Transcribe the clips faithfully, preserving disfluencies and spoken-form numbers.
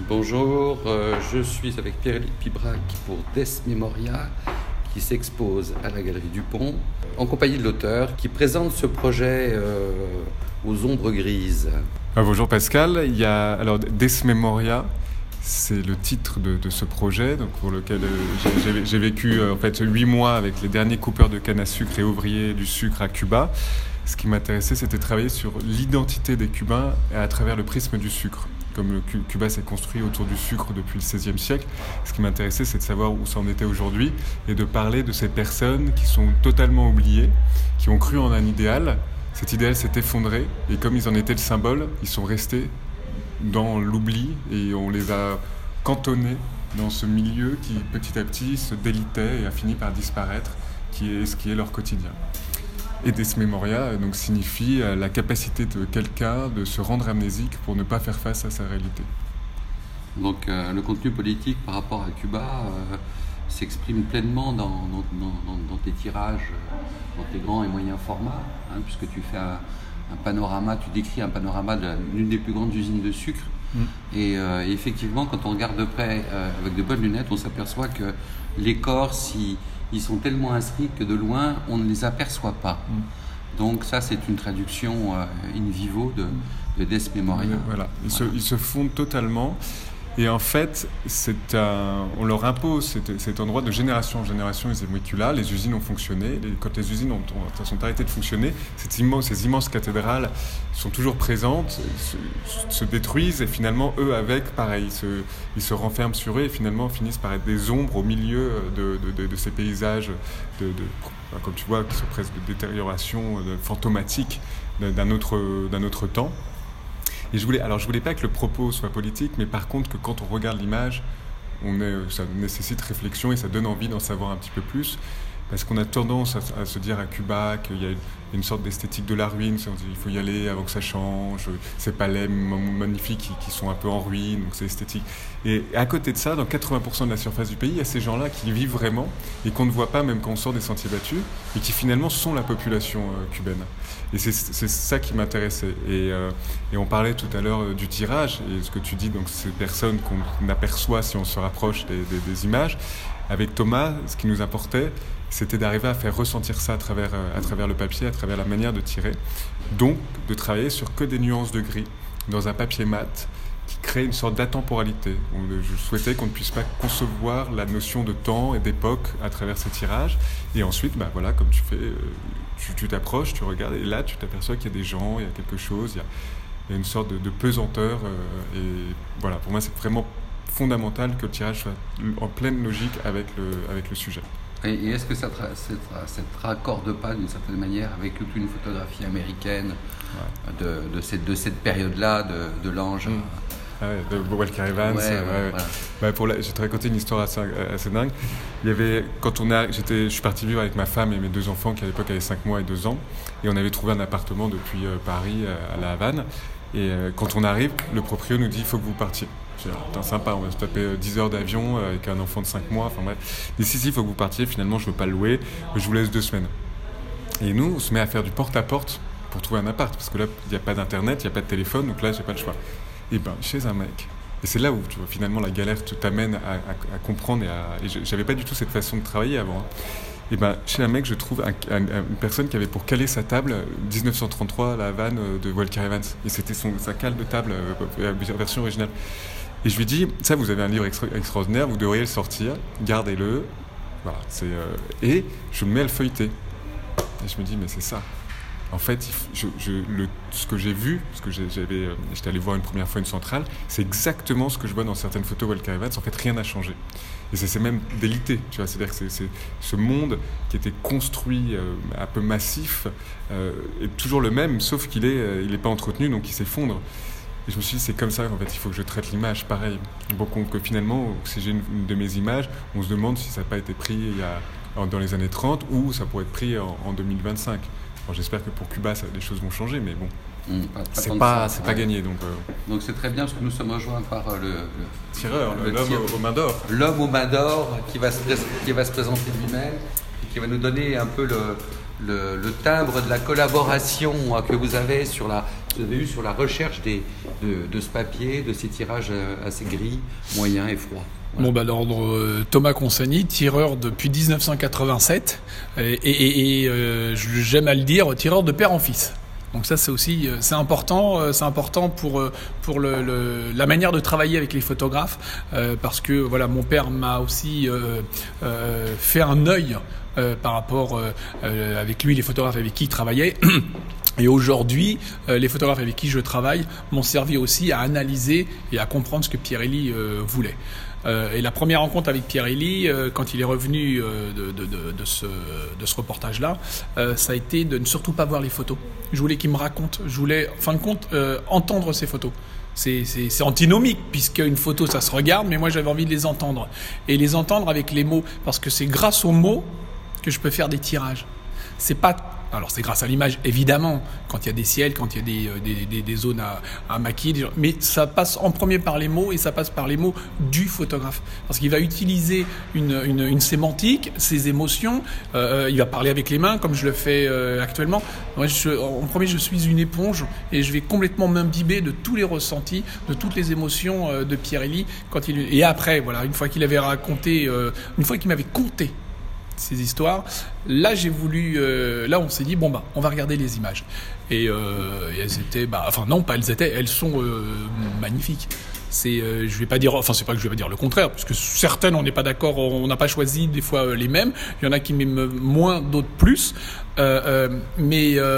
Bonjour, euh, je suis avec Pierre-Élie Pibrac pour Des Memoria qui s'expose à la Galerie Dupont en compagnie de l'auteur qui présente ce projet euh, aux ombres grises. Ah, bonjour Pascal, il y a alors Des Memoria, c'est le titre de, de ce projet donc pour lequel euh, j'ai, j'ai vécu euh, en fait huit mois avec les derniers coupeurs de canne à sucre et ouvriers du sucre à Cuba. Ce qui m'intéressait, c'était de travailler sur l'identité des Cubains à travers le prisme du sucre. Comme le Cuba s'est construit autour du sucre depuis le seizième siècle, ce qui m'intéressait, c'est de savoir où ça en était aujourd'hui et de parler de ces personnes qui sont totalement oubliées, qui ont cru en un idéal. Cet idéal s'est effondré et comme ils en étaient le symbole, ils sont restés dans l'oubli et on les a cantonnés dans ce milieu qui petit à petit se délitait et a fini par disparaître, qui est ce qui est leur quotidien. Et Des Memoria donc, signifie la capacité de quelqu'un de se rendre amnésique pour ne pas faire face à sa réalité. Donc euh, le contenu politique par rapport à Cuba euh, s'exprime pleinement dans, dans, dans, dans tes tirages, dans tes grands et moyens formats, hein, puisque tu fais un, un panorama, tu décris un panorama de l'une des plus grandes usines de sucre. Mmh. Et, euh, et effectivement, quand on regarde de près euh, avec de bonnes lunettes, on s'aperçoit que les corps, si ils sont tellement inscrits que de loin, on ne les aperçoit pas. Mm. Donc ça, c'est une traduction euh, in vivo de, de Des Memoria. Voilà, voilà. Ils, se, ils se fondent totalement. Et en fait, c'est un, on leur impose cet, cet endroit de génération en génération. Ils évoluent là, les usines ont fonctionné. Les, quand les usines ont, ont, sont arrêtées de fonctionner, cette immense, ces immenses cathédrales sont toujours présentes, se, se détruisent et finalement, eux avec, pareil, ils se, ils se renferment sur eux et finalement finissent par être des ombres au milieu de, de, de, de ces paysages, de, de, comme tu vois, qui sont presque de détérioration de, fantomatique d'un autre, d'un autre temps. Et je voulais, alors je voulais pas que le propos soit politique, mais par contre que quand on regarde l'image, on est, ça nécessite réflexion et ça donne envie d'en savoir un petit peu plus. Parce qu'on a tendance à, à se dire à Cuba qu'il y a une, une sorte d'esthétique de la ruine, on dit, il faut y aller avant que ça change, ces palais magnifiques qui, qui sont un peu en ruine, donc c'est esthétique. Et à côté de ça, dans quatre-vingts pour cent de la surface du pays, il y a ces gens-là qui vivent vraiment et qu'on ne voit pas même quand on sort des sentiers battus et qui finalement sont la population euh, cubaine. Et c'est, c'est ça qui m'intéressait. Et, euh, et on parlait tout à l'heure euh, du tirage et ce que tu dis, donc ces personnes qu'on aperçoit si on se rapproche des, des, des images. Avec Thomas, ce qui nous importait, c'était d'arriver à faire ressentir ça à travers, à travers le papier, à travers la manière de tirer. Donc, de travailler sur que des nuances de gris, dans un papier mat, qui crée une sorte d'atemporalité. Je souhaitais qu'on ne puisse pas concevoir la notion de temps et d'époque à travers ces tirages. Et ensuite, bah voilà, comme tu fais, tu, tu t'approches, tu regardes, et là, tu t'aperçois qu'il y a des gens, il y a quelque chose, il y a, il y a une sorte de, de pesanteur. Euh, et voilà, pour moi, c'est vraiment fondamental que le tirage soit en pleine logique avec le, avec le sujet. Et est-ce que ça ne raccorde pas d'une certaine manière avec toute une photographie américaine ouais. de, de, cette, de cette période-là, de, de l'ange mmh. Ah ouais, de Walker Evans. Ouais, ouais, ouais. Voilà. Bah pour la, je vais te raconter une histoire assez, assez dingue. Il y avait, quand on a, j'étais, je suis parti vivre avec ma femme et mes deux enfants qui à l'époque avaient cinq mois et deux ans. Et on avait trouvé un appartement depuis euh, Paris euh, à La Havane. Et euh, quand on arrive, le proprio nous dit il faut que vous partiez. Putain, sympa, on va se taper dix heures d'avion avec un enfant de cinq mois, enfin bref. Mais si, si, il faut que vous partiez, finalement, je ne veux pas le louer, je vous laisse deux semaines. Et nous, on se met à faire du porte-à-porte pour trouver un appart, parce que là, il n'y a pas d'internet, il n'y a pas de téléphone, donc là, j'ai pas le choix. Et ben, chez un mec, et c'est là où, tu vois, finalement, la galère t'amène à, à, à comprendre, et, à, et j'avais pas du tout cette façon de travailler avant. Hein. Et ben, chez un mec, je trouve un, un, une personne qui avait pour caler sa table dix-neuf cent trente-trois, la Havane de Walker Evans. Et c'était son, sa cale de table, euh, version originale. Et je lui dis, ça, vous avez un livre extra- extraordinaire, vous devriez le sortir, gardez-le. Voilà, c'est, euh, et je me mets à le feuilleter. Et je me dis, mais c'est ça. En fait, je, je, le, ce que j'ai vu, parce que j'ai, j'avais, j'étais allé voir une première fois une centrale, c'est exactement ce que je vois dans certaines photos Walker Evans. En fait, rien n'a changé. Et c'est, c'est même délité, tu vois. C'est-à-dire que c'est, c'est ce monde qui était construit euh, un peu massif euh, est toujours le même, sauf qu'il est, euh, il est pas entretenu, donc il s'effondre. Et je me suis dit, c'est comme ça qu'en fait, il faut que je traite l'image, pareil. Donc, on, que finalement, si j'ai une, une de mes images, on se demande si ça n'a pas été pris il y a, dans les années trente ou ça pourrait être pris en, en deux mille vingt-cinq. Alors, j'espère que pour Cuba, ça, les choses vont changer, mais bon, mmh, pas, pas c'est, pas, c'est ouais. pas gagné. Donc, euh... donc c'est très bien parce que nous sommes rejoints par euh, le, le tireur, le, le l'homme tir, aux mains d'or. L'homme aux mains d'or qui va se, qui va se présenter lui-même et qui va nous donner un peu le, le, le timbre de la collaboration que vous avez sur la vous avez eu sur la recherche des, de, de ce papier, de ces tirages assez gris, moyens et froids. Voilà. Bon, bah, alors, euh, Thomas Consani, tireur depuis dix-neuf cent quatre-vingt-sept, et, et, et euh, j'aime à le dire, tireur de père en fils. Donc ça, c'est aussi c'est important, c'est important pour pour le, le, la manière de travailler avec les photographes, euh, parce que voilà, mon père m'a aussi euh, euh, fait un œil euh, par rapport euh, avec lui, les photographes avec qui il travaillait. Et aujourd'hui, euh, les photographes avec qui je travaille m'ont servi aussi à analyser et à comprendre ce que Pierre-Élie euh, voulait. Euh, et la première rencontre avec Pierre-Élie, euh, quand il est revenu euh, de, de, de, de, ce, de ce reportage-là, euh, ça a été de ne surtout pas voir les photos. Je voulais qu'il me raconte, je voulais, en fin de compte, euh, entendre ces photos. C'est, c'est, c'est antinomique, puisqu'une photo, ça se regarde, mais moi, j'avais envie de les entendre. Et les entendre avec les mots, parce que c'est grâce aux mots que je peux faire des tirages. C'est pas... Alors c'est grâce à l'image, évidemment, quand il y a des ciels, quand il y a des, des, des, des zones à, à maquiller, mais ça passe en premier par les mots et ça passe par les mots du photographe. Parce qu'il va utiliser une, une, une sémantique, ses émotions, euh, il va parler avec les mains comme je le fais euh, actuellement. Moi, je, en premier, je suis une éponge et je vais complètement m'imbiber de tous les ressentis, de toutes les émotions euh, de Pierre-Élie. Quand il... Et après, voilà, une fois qu'il avait raconté, euh, une fois qu'il m'avait conté ces histoires, là j'ai voulu, euh, là on s'est dit bon bah on va regarder les images et, euh, et elles étaient, bah enfin non pas elles étaient, elles sont euh, magnifiques. C'est, euh, je vais pas dire, enfin c'est pas que je vais pas dire le contraire, puisque certaines on n'est pas d'accord, on n'a pas choisi des fois euh, les mêmes. Il y en a qui m'aiment moins, d'autres plus, euh, euh, mais euh,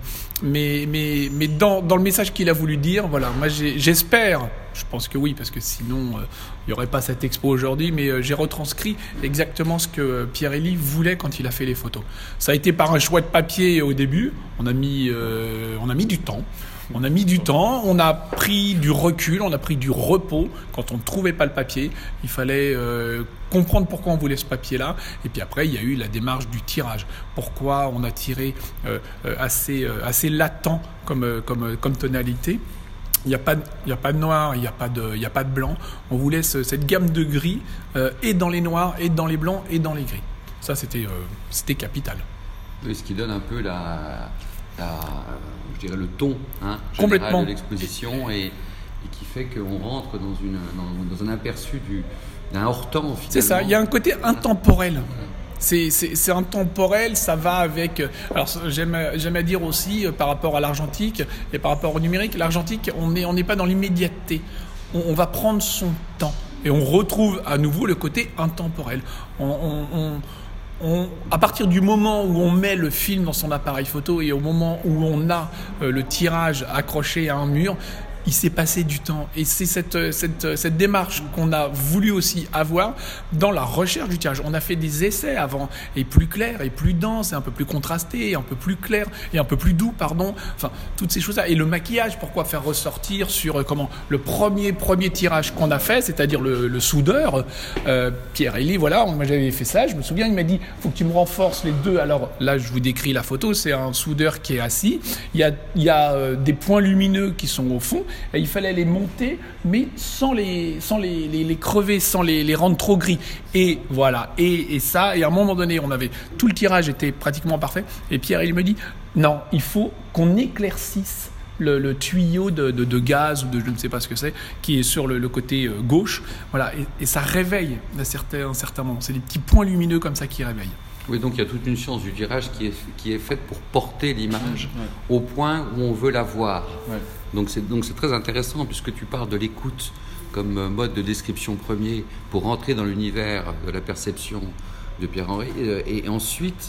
mais mais mais dans dans le message qu'il a voulu dire, voilà, moi j'ai, j'espère. Je pense que oui, parce que sinon, euh, il n'y aurait pas cette expo aujourd'hui, mais euh, j'ai retranscrit exactement ce que euh, Pierre-Élie voulait quand il a fait les photos. Ça a été par un choix de papier au début, on a mis, euh, on a mis du temps. On a mis du temps, on a pris du recul, on a pris du repos. Quand on ne trouvait pas le papier, il fallait euh, comprendre pourquoi on voulait ce papier-là. Et puis après, il y a eu la démarche du tirage. Pourquoi on a tiré euh, assez, euh, assez latent comme, euh, comme, comme tonalité. Il n'y a pas, il n'y a pas de noir, il n'y a pas de, il n'y a pas de blanc. On voulait ce, cette gamme de gris euh, et dans les noirs, et dans les blancs, et dans les gris. Ça, c'était, euh, c'était capital. Oui, ce qui donne un peu la, la je dirais le ton hein, complètement général de l'exposition et, et qui fait qu'on rentre dans, une, dans, dans un aperçu du, d'un hors-temps finalement. C'est ça, il y a un côté intemporel. C'est, c'est, c'est intemporel, ça va avec... Alors j'aime, j'aime à dire aussi, euh, par rapport à l'argentique et par rapport au numérique, l'argentique, on n'est on n'est pas dans l'immédiateté. On, on va prendre son temps et on retrouve à nouveau le côté intemporel. On, on, on, on, à partir du moment où on met le film dans son appareil photo et au moment où on a euh, le tirage accroché à un mur, il s'est passé du temps. Et c'est cette, cette, cette démarche qu'on a voulu aussi avoir dans la recherche du tirage. On a fait des essais avant, et plus clair, et plus dense, et un peu plus contrasté, et un peu plus clair, et un peu plus doux, pardon. Enfin, toutes ces choses-là. Et le maquillage, pourquoi faire ressortir sur euh, comment le premier, premier tirage qu'on a fait, c'est-à-dire le, le soudeur, euh, Pierre-Élie, voilà, moi j'avais fait ça, je me souviens, il m'a dit, faut que tu me renforces les deux. Alors là, je vous décris la photo, c'est un soudeur qui est assis, il y a, il y a euh, des points lumineux qui sont au fond, et il fallait les monter, mais sans les, sans les, les, les crever, sans les, les rendre trop gris. Et voilà, et, et ça, et à un moment donné, on avait tout le tirage était pratiquement parfait. Et Pierre, il me dit, non, il faut qu'on éclaircisse le, le tuyau de, de, de gaz ou de je ne sais pas ce que c'est, qui est sur le, le côté gauche. Voilà, et, et ça réveille à certains, à certains moments. C'est des petits points lumineux comme ça qui réveillent. Oui, donc il y a toute une science du tirage qui est, qui est faite pour porter l'image ouais. au point où on veut la voir. Ouais. Donc, c'est, donc c'est très intéressant puisque tu parles de l'écoute comme mode de description premier pour rentrer dans l'univers de la perception de Pierre-Henri et, et ensuite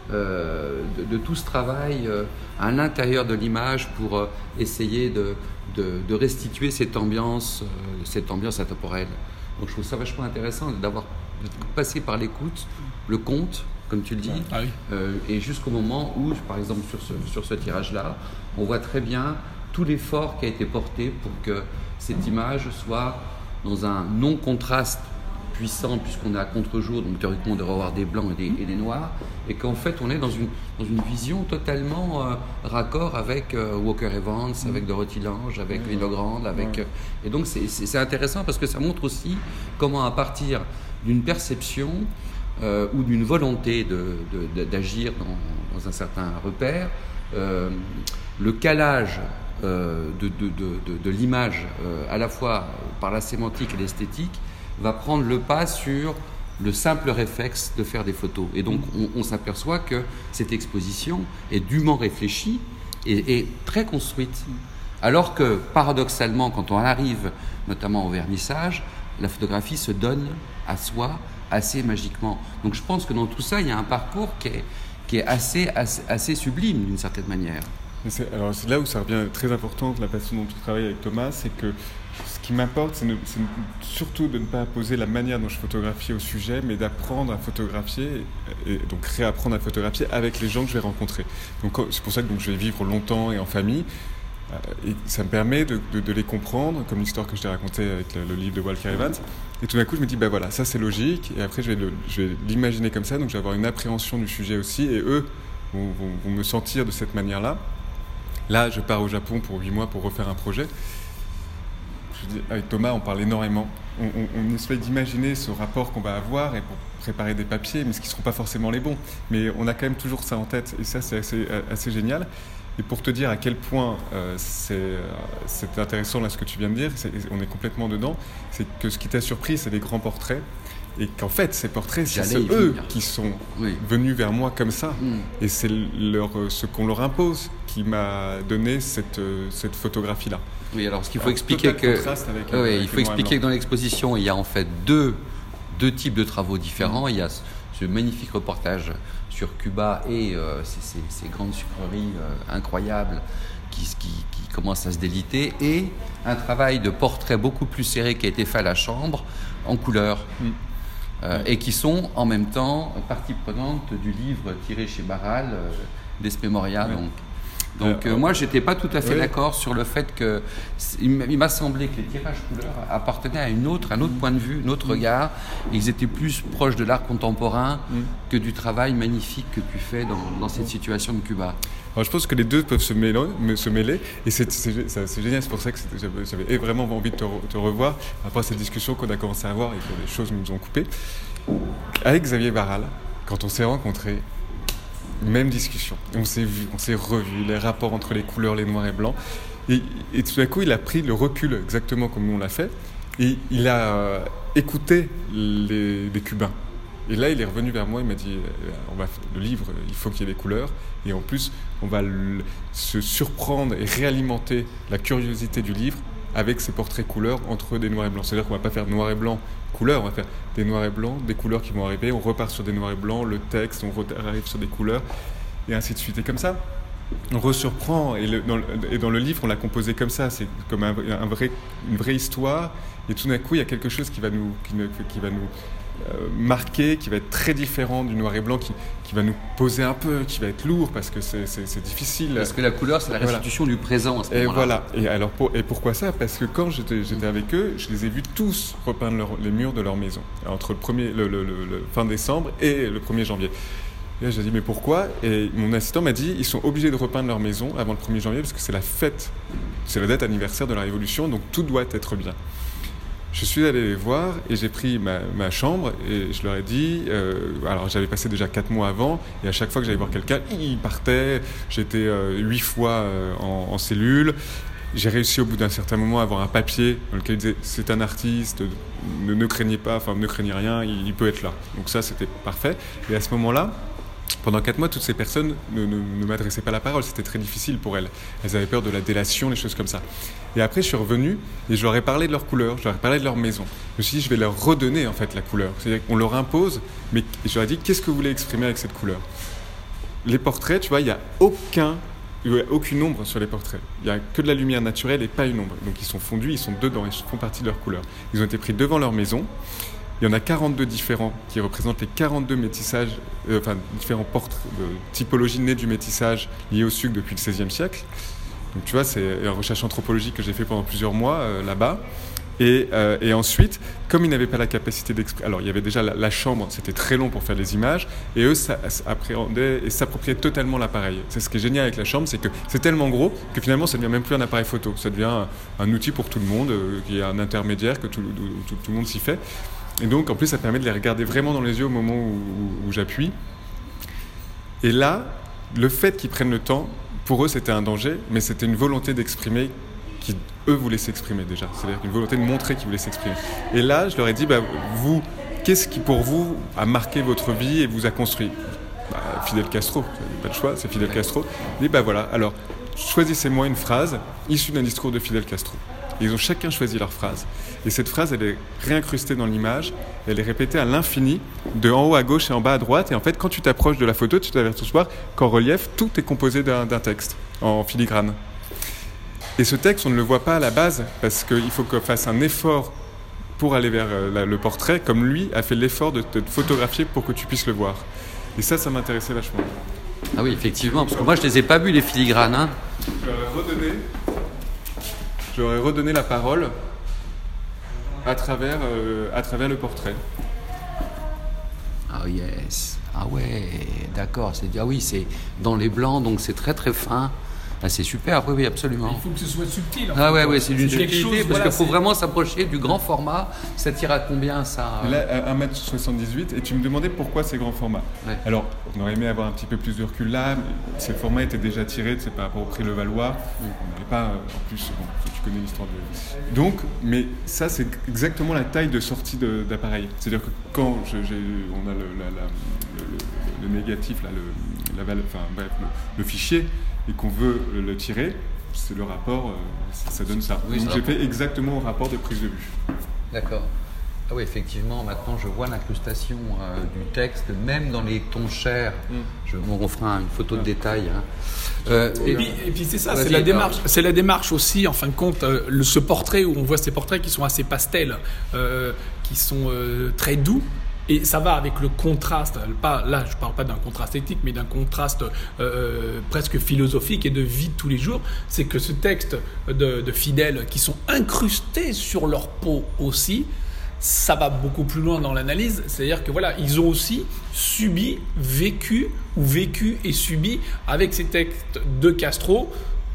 euh, de, de tout ce travail euh, à l'intérieur de l'image pour euh, essayer de, de, de restituer cette ambiance, euh, cette ambiance intemporelle. Donc je trouve ça vachement intéressant d'avoir de passer par l'écoute, le conte, comme tu le dis, ah oui. euh, et jusqu'au moment où, par exemple, sur ce, sur ce tirage-là, on voit très bien tout l'effort qui a été porté pour que cette image soit dans un non-contraste puissant, puisqu'on est à contre-jour, donc théoriquement on devrait avoir des blancs et des, et des noirs, et qu'en fait on est dans une, dans une vision totalement euh, raccord avec euh, Walker Evans, mmh. avec Dorothy Lange, avec mmh. Winogrand, avec... Euh, et donc c'est, c'est, c'est intéressant parce que ça montre aussi comment à partir d'une perception euh, ou d'une volonté de, de, de, d'agir dans, dans un certain repère, euh, le calage euh, de, de, de, de, de l'image, euh, à la fois par la sémantique et l'esthétique, va prendre le pas sur le simple réflexe de faire des photos. Et donc, on, on s'aperçoit que cette exposition est dûment réfléchie et, et très construite. Alors que, paradoxalement, quand on arrive notamment au vernissage, la photographie se donne à soi assez magiquement. Donc je pense que dans tout ça, il y a un parcours qui est, qui est assez, assez, assez sublime d'une certaine manière. C'est, alors c'est là où ça revient très important, la façon dont tu travailles avec Thomas, c'est que ce qui m'importe, c'est, ne, c'est surtout de ne pas poser la manière dont je photographie au sujet, mais d'apprendre à photographier, et donc réapprendre à photographier avec les gens que je vais rencontrer. Donc c'est pour ça que donc, je vais vivre longtemps et en famille. Et ça me permet de, de, de les comprendre, comme l'histoire que je t'ai racontée avec le, le livre de Walker Evans. Et tout d'un coup, je me dis, ben voilà, ça c'est logique. Et après, je vais, le, je vais l'imaginer comme ça. Donc, je vais avoir une appréhension du sujet aussi. Et eux vont, vont, vont me sentir de cette manière-là. Là, je pars au Japon pour huit mois pour refaire un projet. Je dis, avec Thomas, on parle énormément. On, on, on essaie d'imaginer ce rapport qu'on va avoir et pour préparer des papiers, mais ce qui ne seront pas forcément les bons. Mais on a quand même toujours ça en tête. Et ça, c'est assez, assez génial. Et pour te dire à quel point euh, c'est, euh, c'est intéressant là ce que tu viens de dire, c'est, on est complètement dedans, c'est que ce qui t'a surpris, c'est des grands portraits, et qu'en fait, ces portraits, c'est, c'est eux venir. qui sont oui. venus vers moi comme ça, mm. et c'est leur, ce qu'on leur impose qui m'a donné cette, cette photographie-là. Oui, alors ce qu'il faut alors, expliquer que, avec, oui, avec il faut expliquer que dans l'exposition, il y a en fait deux, deux types de travaux différents. Mm. Il y a ce magnifique reportage sur Cuba et euh, ces, ces, ces grandes sucreries euh, incroyables qui, qui, qui commencent à se déliter, et un travail de portrait beaucoup plus serré qui a été fait à la chambre, en couleur, mm. euh, mm. et qui sont en même temps partie prenante du livre tiré chez Barral, euh, Desmemoria. Mm. Donc, donc euh, euh, moi, je n'étais pas tout à fait oui. d'accord sur le fait que il m'a semblé que les tirages couleurs appartenaient à une autre, un autre point de vue, un autre mmh. regard, et ils étaient plus proches de l'art contemporain mmh. que du travail magnifique que tu fais dans, dans cette situation de Cuba. Alors, je pense que les deux peuvent se mêler, se mêler et c'est, c'est, c'est, c'est génial, c'est pour ça que j'avais, j'avais vraiment envie de te, re, te revoir après cette discussion qu'on a commencé à avoir et que les choses nous ont coupé. Avec Xavier Barral, quand on s'est rencontrés, même discussion, on s'est vu, on s'est revu, les rapports entre les couleurs, les noirs et blancs, et, et tout d'un coup il a pris le recul exactement comme nous on l'a fait, et il a euh, écouté les, les Cubains, et là il est revenu vers moi, il m'a dit euh, on va, le livre il faut qu'il y ait des couleurs, et en plus on va le, se surprendre et réalimenter la curiosité du livre avec ces portraits couleurs entre des noirs et blancs, c'est-à-dire qu'on va pas faire noir et blanc couleurs, on va faire des noirs et blancs, des couleurs qui vont arriver, on repart sur des noirs et blancs, le texte, on arrive sur des couleurs, et ainsi de suite. Et comme ça, on resurprend, et, le, dans, le, et dans le livre, on l'a composé comme ça, c'est comme un, un vrai, une vraie histoire, et tout d'un coup, il y a quelque chose qui va nous, qui, qui va nous euh, marquer, qui va être très différent du noir et blanc, qui, qui va nous poser un peu, qui va être lourd, parce que c'est, c'est, c'est difficile. Parce que la couleur, c'est la restitution voilà. du présent à ce et moment-là. Voilà. Et, alors pour, et pourquoi ça ? Parce que quand j'étais, j'étais avec eux, je les ai vus tous repeindre leur, les murs de leur maison, entre le, premier, le, le, le, le fin décembre et le premier janvier. Et là, j'ai dit, mais pourquoi ? Et mon assistant m'a dit, ils sont obligés de repeindre leur maison avant le premier janvier, parce que c'est la fête, c'est la date anniversaire de la Révolution, donc tout doit être bien. Je suis allé les voir et j'ai pris ma, ma chambre et je leur ai dit, euh, alors j'avais passé déjà quatre mois avant, et à chaque fois que j'allais voir quelqu'un, ils partaient, j'étais euh, huit fois euh, en, en cellule. J'ai réussi au bout d'un certain moment à avoir un papier dans lequel il disait c'est un artiste, ne, ne craignez pas, enfin ne craignez rien, il, il peut être là. Donc ça c'était parfait. Et à ce moment-là, pendant quatre mois, toutes ces personnes ne, ne, ne m'adressaient pas la parole, c'était très difficile pour elles. Elles avaient peur de la délation, les choses comme ça. Et après, je suis revenu et je leur ai parlé de leur couleur, je leur ai parlé de leur maison. Je me suis dit, je vais leur redonner en fait la couleur. C'est-à-dire qu'on leur impose, mais je leur ai dit, qu'est-ce que vous voulez exprimer avec cette couleur ? Les portraits, tu vois, il n'y a aucun, il n'y a aucune ombre sur les portraits. Il n'y a que de la lumière naturelle et pas une ombre. Donc ils sont fondus, ils sont dedans, ils font partie de leur couleur. Ils ont été pris devant leur maison. Il y en a quarante-deux différents qui représentent les quarante-deux métissages, euh, enfin différents portraits de typologie née du métissage liés au sucre depuis le seizième siècle. Donc tu vois, c'est une recherche anthropologique que j'ai fait pendant plusieurs mois euh, là-bas. Et, euh, et ensuite, comme ils n'avaient pas la capacité d'exprimer, alors il y avait déjà la, la chambre, c'était très long pour faire les images, et eux ça, ça appréhendaient et s'appropriaient totalement l'appareil. C'est ce qui est génial avec la chambre, c'est que c'est tellement gros que finalement ça ne devient même plus un appareil photo, ça devient un, un outil pour tout le monde, euh, qui est un intermédiaire, que tout, tout, tout le monde s'y fait. Et donc, en plus, ça permet de les regarder vraiment dans les yeux au moment où, où, où j'appuie. Et là, le fait qu'ils prennent le temps pour eux, c'était un danger, mais c'était une volonté d'exprimer qui, eux, voulaient s'exprimer déjà. C'est-à-dire une volonté de montrer qu'ils voulaient s'exprimer. Et là, je leur ai dit, bah, vous, qu'est-ce qui, pour vous, a marqué votre vie et vous a construit ? Bah, Fidel Castro, pas de choix, c'est Fidel Castro. Et bah voilà, alors, choisissez-moi une phrase issue d'un discours de Fidel Castro. Et ils ont chacun choisi leur phrase. Et cette phrase, elle est réincrustée dans l'image, elle est répétée à l'infini, de en haut à gauche et en bas à droite. Et en fait, quand tu t'approches de la photo, tu t'aperçois qu'en relief, tout est composé d'un, d'un texte, en filigrane. Et ce texte, on ne le voit pas à la base, parce qu'il faut qu'on fasse un effort pour aller vers la, le portrait, comme lui a fait l'effort de te photographier pour que tu puisses le voir. Et ça, ça m'intéressait vachement. Ah oui, effectivement, parce que moi, je ne les ai pas vus, les filigranes. Hein. J'aurais redonné, j'aurais redonné la parole à travers, euh, à travers le portrait. Ah oh yes. Ah ouais, d'accord. C'est, ah oui, c'est dans les blancs, donc c'est très très fin. Ah, c'est super, oui, oui, absolument. Il faut que ce soit subtil. En ah fait, ouais, ouais, c'est d'une subtilité, subtilité, parce voilà, qu'il faut c'est... vraiment s'approcher du grand format. Ça tire à combien, ça ? Là, un mètre soixante-dix-huit, et tu me demandais pourquoi ces grands formats. Ouais. Alors, on aurait aimé avoir un petit peu plus de recul là, mais ces formats étaient déjà tirés, c'est par rapport au prix Levallois. Mm. On n'avait pas, en plus, bon, tu connais l'histoire de... Donc, mais ça, c'est exactement la taille de sortie de, d'appareil. C'est-à-dire que quand je, j'ai, on a le, la, la, le, le, le négatif, là, le, la, enfin, bref, le, le fichier, et qu'on veut le tirer, c'est le rapport, ça, ça donne ça. Oui, donc ça j'ai rapport. fait exactement au rapport de prise de vue. D'accord. Ah oui, effectivement, maintenant je vois l'incrustation euh, du texte, même dans les tons chers. Mm. Je, on fera une photo de ouais. détail. Hein. Euh, et, et, puis, et puis c'est ça, c'est la, démarche, c'est la démarche aussi, en fin de compte, euh, le, ce portrait où on voit ces portraits qui sont assez pastels, euh, qui sont euh, très doux. Et ça va avec le contraste, pas, là je ne parle pas d'un contraste éthique, mais d'un contraste euh, presque philosophique et de vie de tous les jours. C'est que ce texte de, de Fidel, qui sont incrustés sur leur peau aussi, ça va beaucoup plus loin dans l'analyse. C'est-à-dire que voilà, ils ont aussi subi, vécu ou vécu et subi avec ces textes de Castro,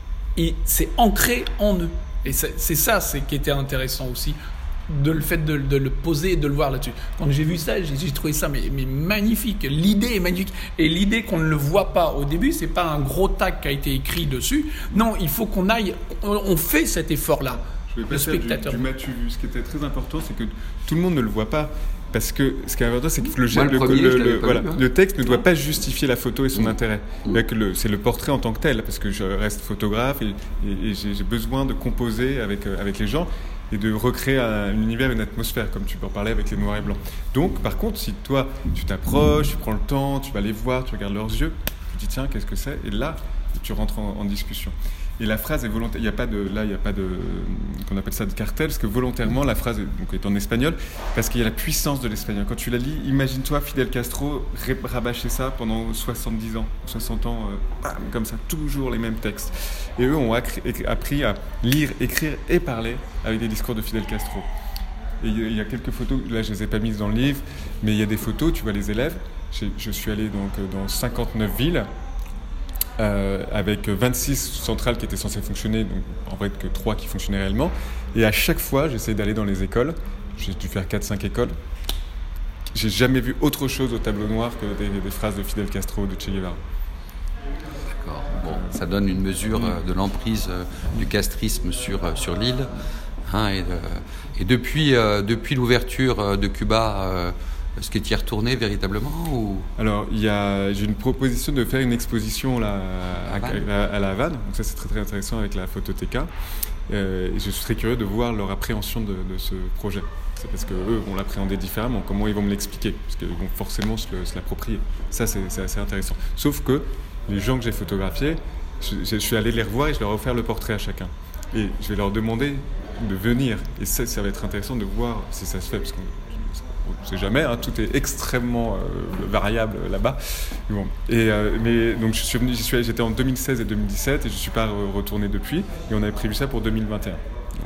et c'est ancré en eux. Et c'est, c'est ça c'est, qui était intéressant aussi. De le fait de, de le poser et de le voir là-dessus. Quand j'ai vu ça, j'ai, j'ai trouvé ça mais, mais magnifique. L'idée est magnifique. Et l'idée qu'on ne le voit pas au début, c'est pas un gros tag qui a été écrit dessus. Non, il faut qu'on aille... On, on fait cet effort-là. Je vais passer du, du m'as-tu vu. Ce qui était très important, c'est que tout le monde ne le voit pas. Parce que ce qui est important, c'est que le, Moi, le, le, premier, le, le, voilà, vu, hein. le texte ne doit pas justifier la photo et son mmh. intérêt. Mmh. Que le, c'est le portrait en tant que tel, parce que je reste photographe et, et, et j'ai, j'ai besoin de composer avec, euh, avec les gens et de recréer un, un univers, une atmosphère, comme tu peux en parler avec les noirs et blancs. Donc, par contre, si toi, tu t'approches, tu prends le temps, tu vas les voir, tu regardes leurs yeux, tu te dis tiens, qu'est-ce que c'est ? Et là, tu rentres en, en discussion. Et la phrase est volontaire. Il n'y a pas de, là, il n'y a pas de, qu'on appelle ça de cartel, parce que volontairement, la phrase est, donc, est en espagnol, parce qu'il y a la puissance de l'espagnol. Quand tu la lis, imagine-toi Fidel Castro rabâcher ça pendant soixante-dix ans, soixante ans, euh, bam, comme ça, toujours les mêmes textes. Et eux ont appris à lire, écrire et parler avec des discours de Fidel Castro. Et il y a quelques photos, là je ne les ai pas mises dans le livre, mais il y a des photos, tu vois les élèves. Je, je suis allé donc dans cinquante-neuf villes. Euh, avec vingt-six centrales qui étaient censées fonctionner, donc en vrai que trois qui fonctionnaient réellement. Et à chaque fois, j'essayais d'aller dans les écoles. J'ai dû faire quatre cinq écoles. J'ai jamais vu autre chose au tableau noir que des, des phrases de Fidel Castro, de Che Guevara. D'accord. Bon, ça donne une mesure euh, de l'emprise euh, du castrisme sur, euh, sur l'île. Hein, et, de, et depuis, euh, depuis l'ouverture euh, de Cuba, euh, est-ce que tu y es retourné véritablement ou... Alors, il y a, j'ai une proposition de faire une exposition là, à, à, à la Havane. Donc ça, c'est très, très intéressant avec la Phototeca. Euh, et je suis très curieux de voir leur appréhension de, de ce projet. C'est parce qu'eux vont l'appréhender différemment. Comment ils vont me l'expliquer ? Parce qu'ils vont forcément se, le, se l'approprier. Ça, c'est, c'est assez intéressant. Sauf que les gens que j'ai photographiés, je, je suis allé les revoir et je leur ai offert le portrait à chacun. Et je vais leur demander de venir. Et ça, ça va être intéressant de voir si ça se fait. Parce qu'on on ne sait jamais, hein, tout est extrêmement euh, variable là-bas. Bon. Et, euh, mais, donc je suis venu, j'y suis, j'étais en deux mille seize et deux mille dix-sept et je ne suis pas retourné depuis. Et on avait prévu ça pour deux mille vingt et un. Donc,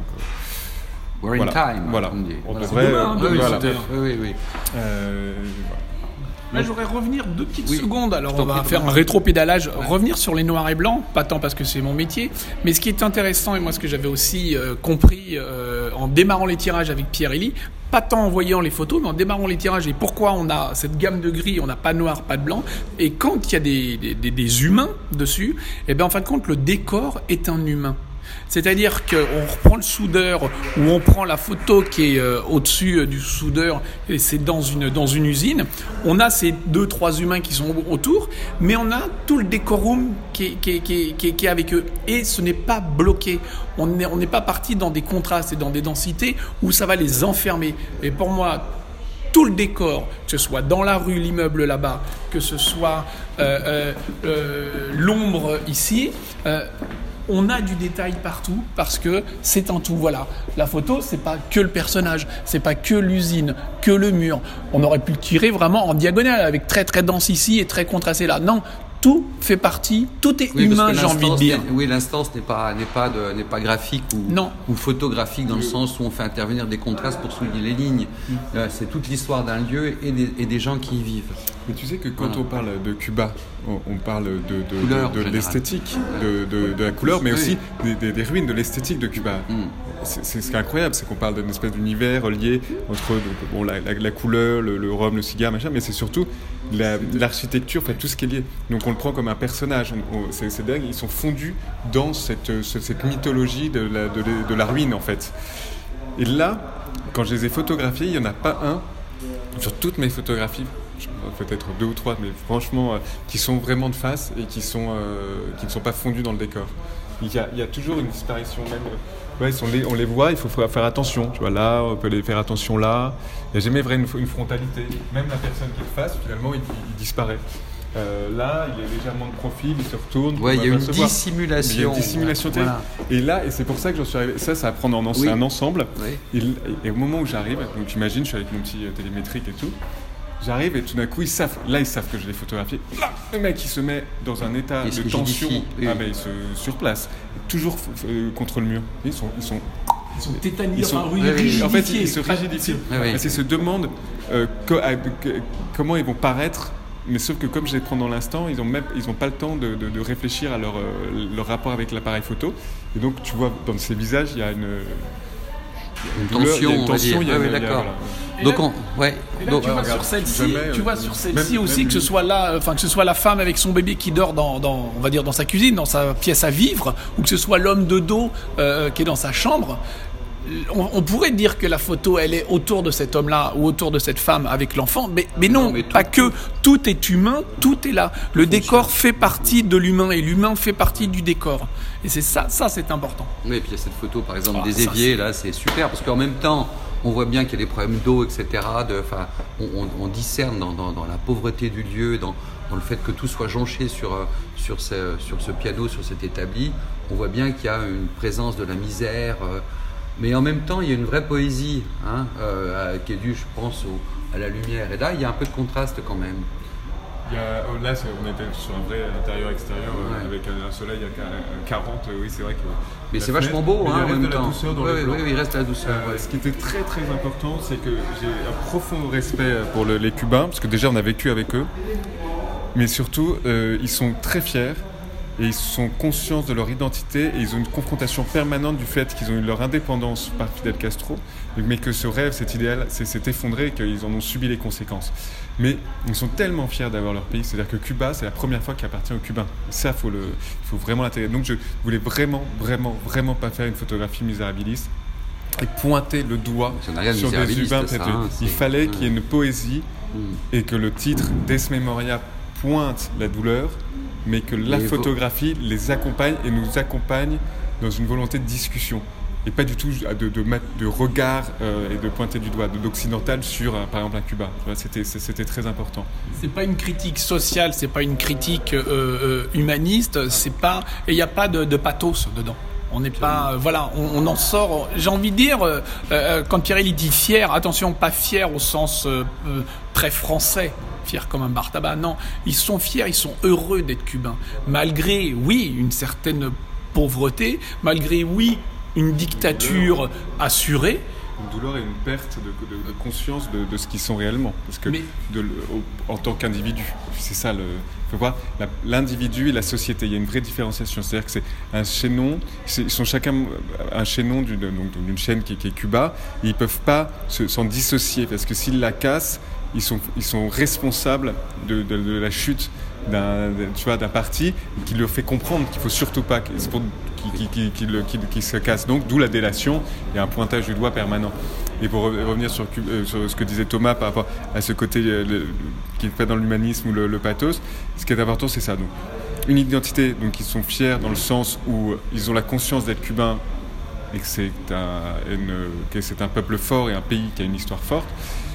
euh, We're voilà. in time. Voilà. On, dit. On voilà. devrait. Demain, Euh, oui, voilà. oui, oui, oui. Euh, voilà. Là, je voudrais revenir deux petites oui, secondes. Alors, on va prie, faire un rétro-pédalage, ouais. revenir sur les noirs et blancs, pas tant parce que c'est mon métier, mais ce qui est intéressant, et moi ce que j'avais aussi euh, compris euh, en démarrant les tirages avec Pierre-Élie, pas tant en voyant les photos, mais en démarrant les tirages, et pourquoi on a cette gamme de gris, on n'a pas de noir, pas de blanc, et quand il y a des, des, des, des humains dessus, et bien en fin de compte, le décor est un humain. C'est-à-dire qu'on reprend le soudeur ou on prend la photo qui est euh, au-dessus euh, du soudeur et c'est dans une, dans une usine. On a ces deux, trois humains qui sont autour, mais on a tout le décorum qui est, qui est, qui est, qui est, qui est avec eux. Et ce n'est pas bloqué. On n'est on n'est pas parti dans des contrastes et dans des densités où ça va les enfermer. Et pour moi, tout le décor, que ce soit dans la rue, l'immeuble là-bas, que ce soit euh, euh, euh, l'ombre ici, euh, on a du détail partout parce que c'est un tout. Voilà, la photo, c'est pas que le personnage, c'est pas que l'usine, que le mur. On aurait pu le tirer vraiment en diagonale avec très très dense ici et très contrasté là. Non, tout fait partie, tout est oui, humain, j'ai envie de dire. Oui, l'instance n'est pas n'est pas de, n'est pas graphique ou, non. ou photographique dans le sens où on fait intervenir des contrastes pour souligner les lignes. Mm. Euh, c'est toute l'histoire d'un lieu et des, et des gens qui y vivent. Mais tu sais que quand voilà. on parle de Cuba, on, on parle de, de, couleur, de, de l'esthétique, de, de, de la couleur, mais oui. aussi des, des, des ruines, de l'esthétique de Cuba. Mm. C'est, c'est ce qui est incroyable, c'est qu'on parle d'une espèce d'univers lié entre bon, la, la, la couleur, le, le rhum, le cigare, machin, mais c'est surtout la, l'architecture, enfin, tout ce qui est lié. Donc on le prend comme un personnage. On, on, c'est, c'est dingue, ils sont fondus dans cette, cette mythologie de la, de, de la ruine, en fait. Et là, quand je les ai photographiés, il n'y en a pas un, sur toutes mes photographies, peut-être deux ou trois, mais franchement, euh, qui sont vraiment de face et qui, sont, euh, qui ne sont pas fondus dans le décor. Il y a, il y a toujours une disparition même. Ouais, on, les, on les voit, il faut faire attention. Tu vois, là, on peut les faire attention là. Il n'y a jamais vraiment une, une frontalité. Même la personne qui est de face, finalement, il, il disparaît. Euh, là, il est légèrement de profil, il se retourne. Ouais, il y a une dissimulation. Il y a une dissimulation. Ouais. Voilà. Et là, et c'est pour ça que j'en suis arrivé. Ça, ça va prendre en oui. un ensemble. Oui. Et, et au moment où j'arrive, donc j'imagine, je suis avec mon petit télémétrique et tout. J'arrive et tout d'un coup, ils savent, là ils savent que je l'ai photographié. Là, le mec il se met dans un état de tension. Oui. Ah ben il se surplace, toujours euh, contre le mur. Ils sont, ils sont, ils sont tétanisés. Ils sont, oui, oui, en fait, ils se rigidifient. Oui, oui. Ils se demandent euh, co- à, que, comment ils vont paraître. Mais sauf que comme je les prends dans l'instant, ils n'ont même, ils ont pas le temps de, de, de réfléchir à leur, euh, leur rapport avec l'appareil photo. Et donc tu vois dans ces visages, il y a une Une tension, il y a une tension, il y a, oui, oui, d'accord. Voilà. Donc on, ouais. Et là, Donc, tu vois sur celle-ci, tu vois sur celle-ci aussi même, que ce soit là, enfin que ce soit la femme avec son bébé qui dort dans, dans, on va dire dans sa cuisine, dans sa pièce à vivre, ou que ce soit l'homme de dos euh, qui est dans sa chambre. On, on pourrait dire que la photo, elle est autour de cet homme-là ou autour de cette femme avec l'enfant, mais, mais non, non mais tout, pas que. Tout est humain, tout est là. Le décor fait partie de l'humain et l'humain fait partie du décor. Et c'est ça, ça c'est important. Oui, et puis il y a cette photo, par exemple, ah, des ça, éviers, c'est... là, c'est super, parce qu'en même temps, on voit bien qu'il y a des problèmes d'eau, et cetera. De, on, on, on discerne dans, dans, dans la pauvreté du lieu, dans, dans le fait que tout soit jonché sur, sur, ce, sur ce piano, sur cet établi. On voit bien qu'il y a une présence de la misère. Mais en même temps, il y a une vraie poésie hein, euh, qui est due, je pense, au, à la lumière. Et là, il y a un peu de contraste quand même. Il y a, là, c'est, on était sur un vrai intérieur-extérieur ouais. euh, avec un, un soleil à quarante. Oui, c'est vrai que. Mais c'est fenêtre, vachement beau, hein, il en même temps. Douceur dans oui, le oui, oui, il reste la douceur. Euh, ouais. Ce qui était très très important, c'est que j'ai un profond respect pour le, les Cubains, parce que déjà on a vécu avec eux, mais surtout, euh, ils sont très fiers. Et ils sont conscients de leur identité et ils ont une confrontation permanente du fait qu'ils ont eu leur indépendance par Fidel Castro, mais que ce rêve, cet idéal, c'est, s'est effondré et qu'ils en ont subi les conséquences. Mais ils sont tellement fiers d'avoir leur pays, c'est-à-dire que Cuba, c'est la première fois qu'il appartient aux Cubains. Ça, il faut, le, faut vraiment l'intégrer. Donc je voulais vraiment, vraiment, vraiment pas faire une photographie misérabiliste et pointer le doigt sur des humains. Ça, hein, il fallait mmh. qu'il y ait une poésie mmh. et que le titre Des Memoria pointe la douleur, mais que la mais photographie vous... les accompagne et nous accompagne dans une volonté de discussion et pas du tout de, de, de regard euh, et de pointer du doigt d'occidental sur, euh, par exemple, un Cuba. C'était, c'était très important. C'est pas une critique sociale, c'est pas une critique euh, euh, humaniste, c'est pas, et il n'y a pas de, de pathos dedans. On n'est pas, euh, voilà, on, on en sort. J'ai envie de dire, euh, euh, quand Pierre-Élie dit fier, attention, pas fier au sens euh, euh, très français. Fiers comme un bar tabac, non, ils sont fiers, ils sont heureux d'être cubains, malgré, oui, une certaine pauvreté, malgré, oui, une dictature assurée, une douleur et une perte de, de, de conscience de, de ce qu'ils sont réellement. Parce que Mais... de, au, en tant qu'individu, c'est ça, il faut voir la, l'individu et la société. Il y a une vraie différenciation. C'est-à-dire que c'est un chaînon, c'est, ils sont chacun un chaînon d'une, donc, d'une chaîne qui, qui est Cuba, et ils ne peuvent pas se, s'en dissocier, parce que s'ils la cassent, ils sont, ils sont responsables de, de, de la chute d'un, de, tu vois, d'un parti qui leur fait comprendre qu'il ne faut surtout pas qu'il, qu'il, qu'il, qu'il, qu'il, qu'il se casse. Donc, d'où la délation et un pointage du doigt permanent. Et pour revenir sur, euh, sur ce que disait Thomas par rapport à ce côté euh, le, qui est pas dans l'humanisme ou le, le pathos, ce qui est important, c'est ça. Donc, une identité, donc ils sont fiers dans le sens où ils ont la conscience d'être cubains et que c'est un, une, que c'est un peuple fort et un pays qui a une histoire forte,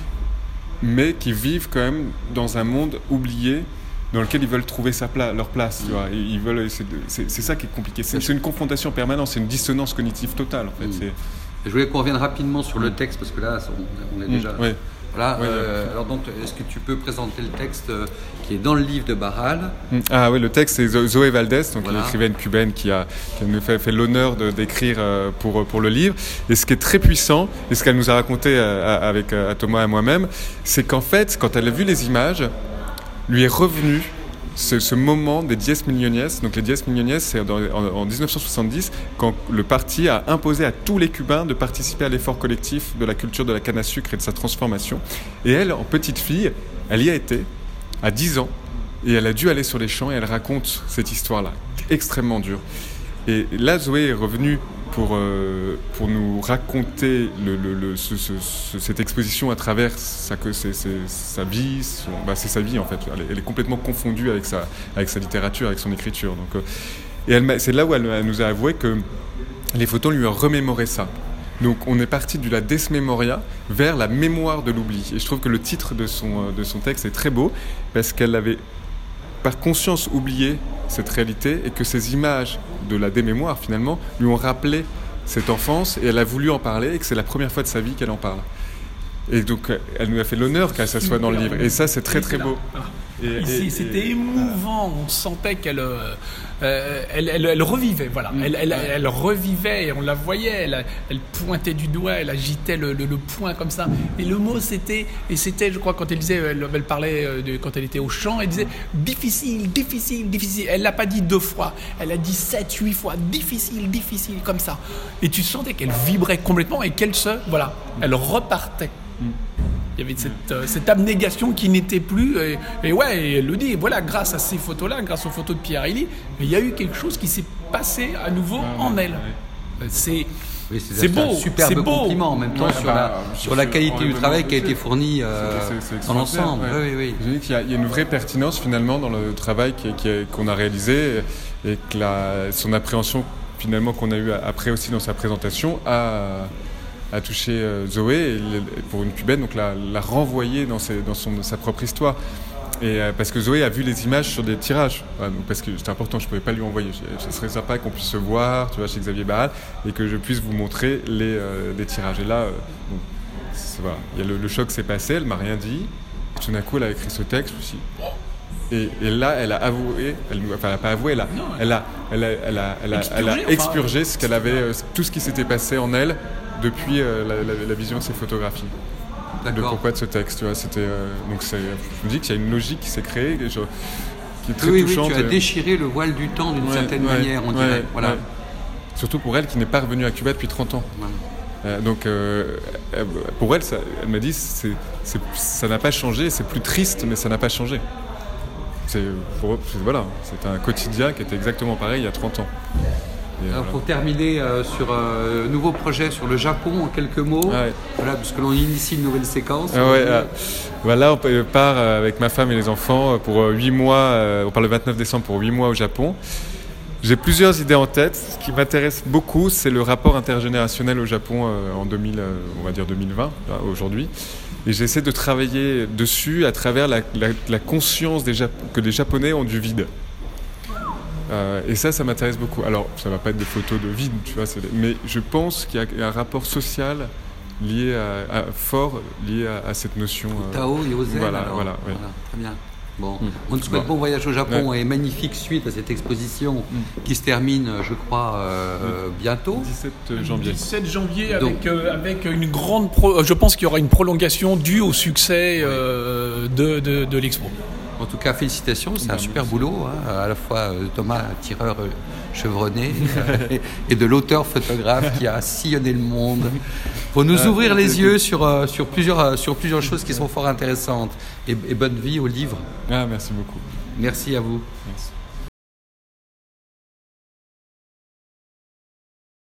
mais qui vivent quand même dans un monde oublié dans lequel ils veulent trouver sa pla- leur place. Tu vois. Ils veulent, c'est, c'est, c'est ça qui est compliqué. C'est, c'est une confrontation permanente, c'est une dissonance cognitive totale. En fait. Mmh. C'est... Je voulais qu'on revienne rapidement sur le texte, parce que là, on est déjà... Mmh, ouais. Voilà, ouais, euh, ouais. Alors donc, est-ce que tu peux présenter le texte euh, qui est dans le livre de Barral? Ah oui, le texte, c'est Zoé Valdés, donc voilà. l'écrivaine cubaine qui, a, qui nous fait, fait l'honneur de, d'écrire euh, pour, pour le livre. Et ce qui est très puissant, et ce qu'elle nous a raconté euh, avec euh, Thomas et moi-même, c'est qu'en fait, quand elle a vu les images, lui est revenu ce, ce moment des diez millones. Donc les diez millones, c'est dans, en, en dix-neuf cent soixante-dix, quand le parti a imposé à tous les Cubains de participer à l'effort collectif de la culture de la canne à sucre et de sa transformation. Et elle, en petite fille, elle y a été, à dix ans, et elle a dû aller sur les champs et elle raconte cette histoire-là, extrêmement dure. Et là, Zoé est revenue pour, euh, pour nous raconter le, le, le, ce, ce, ce, cette exposition à travers sa, que c'est, c'est, sa vie, son, bah c'est sa vie en fait. Elle est, elle est complètement confondue avec sa, avec sa littérature, avec son écriture. Donc, euh, et elle, c'est là où elle, elle nous a avoué que les photos lui ont remémoré ça. Donc on est parti de la desmémoria vers la mémoire de l'oubli. Et je trouve que le titre de son, de son texte est très beau parce qu'elle avait par conscience oublié cette réalité et que ces images de la démémoire finalement lui ont rappelé cette enfance et elle a voulu en parler et que c'est la première fois de sa vie qu'elle en parle. Et donc elle nous a fait l'honneur qu'elle s'assoie dans le livre et ça c'est très très beau. Et, Ici, et, c'était et, émouvant, on sentait qu'elle euh, elle, elle, elle revivait, voilà. Elle, elle, elle revivait et on la voyait, elle, elle pointait du doigt, elle agitait le, le, le poing comme ça. Et le mot c'était, et c'était je crois quand elle disait, elle, elle parlait de, quand elle était au chant, elle disait difficile, difficile, difficile. Elle l'a pas dit deux fois, elle a dit sept, huit fois, difficile, difficile, comme ça. Et tu sentais qu'elle vibrait complètement et qu'elle se, voilà, elle repartait. Il y avait cette, euh, cette abnégation qui n'était plus. Et, et ouais, et elle le dit, voilà, grâce à ces photos-là, grâce aux photos de Pierre Elie, il y a eu quelque chose qui s'est passé à nouveau ah, en elle. Ouais. C'est, oui, c'est, c'est beau. Un superbe c'est beau. compliment en même temps ouais, sur, bah, la, sur la qualité du travail qui a été fourni euh, c'est, c'est dans l'ensemble. Ouais. Oui, oui, oui. Il y a, il y a une vraie pertinence finalement dans le travail qui, qui a, qu'on a réalisé et que la, son appréhension finalement qu'on a eu après aussi dans sa présentation a. a touché euh, Zoé et, pour une cubaine, donc la, la renvoyer dans, ses, dans son, sa propre histoire. Et, euh, parce que Zoé a vu les images sur des tirages, voilà, donc parce que c'était important, je ne pouvais pas lui envoyer. Ce serait sympa qu'on puisse se voir, tu vois, chez Xavier Barral, et que je puisse vous montrer les, euh, les tirages. Et là, euh, bon, voilà, y a le, le choc s'est passé, elle ne m'a rien dit. Tout d'un coup, elle a écrit ce texte aussi. Et, et là, elle a avoué, elle, enfin, elle n'a pas avoué, elle a, elle a, elle a, elle a, elle a, elle a, elle a expurgé ce qu'elle avait, euh, tout ce qui s'était passé en elle depuis euh, la, la, la vision de ces photographies. D'accord. Le pourquoi de ce texte, tu vois, c'était euh, donc c'est, je me dis qu'il y a une logique qui s'est créée, je, qui est très oui, touchante. Oui, tu as déchiré le voile du temps d'une ouais, certaine ouais, manière, on ouais, dirait. Voilà. Ouais. Surtout pour elle qui n'est pas revenue à Cuba depuis trente ans. Ouais. Euh, donc euh, pour elle, ça, elle m'a dit, c'est, c'est, ça n'a pas changé, c'est plus triste, mais ça n'a pas changé. C'est, pour, c'est, voilà, c'est un quotidien qui était exactement pareil il y a trente ans. Et alors voilà. Pour terminer euh, sur un euh, nouveau projet sur le Japon en quelques mots, ah ouais. Voilà, puisque l'on initie une nouvelle séquence. Ah ouais, euh, voilà, on part euh, avec ma femme et les enfants pour huit mois, euh, on part le vingt-neuf décembre pour huit mois au Japon. J'ai plusieurs idées en tête. Ce qui m'intéresse beaucoup, c'est le rapport intergénérationnel au Japon euh, en deux mille, euh, on va dire deux mille vingt, là, aujourd'hui. Et j'essaie de travailler dessus à travers la, la, la conscience des Jap- que les Japonais ont du vide. Euh, et ça, ça m'intéresse beaucoup. Alors, ça ne va pas être des photos de vide, tu vois, c'est des... mais je pense qu'il y a un rapport social lié à, à, fort lié à, à cette notion. Au Tao et au Zen. Voilà, alors. voilà, oui. Voilà, très bien. Bon, Mmh. on te souhaite Bon. bon voyage au Japon Ouais. et magnifique suite à cette exposition Mmh. qui se termine, je crois, euh, bientôt. dix-sept janvier. dix-sept janvier Donc- avec, euh, avec une grande... Pro- je pense qu'il y aura une prolongation due au succès euh, de, de, de l'expo. En tout cas, félicitations, c'est Ben, un super merci. boulot, hein, à la fois euh, Thomas, tireur euh, chevronné, euh, et, et de l'auteur photographe qui a sillonné le monde, pour nous Ah, ouvrir c'est les cool. yeux sur, euh, sur, plusieurs, euh, sur plusieurs choses qui sont fort intéressantes. Et, et bonne vie au livre. Ah, merci beaucoup. Merci à vous. Merci.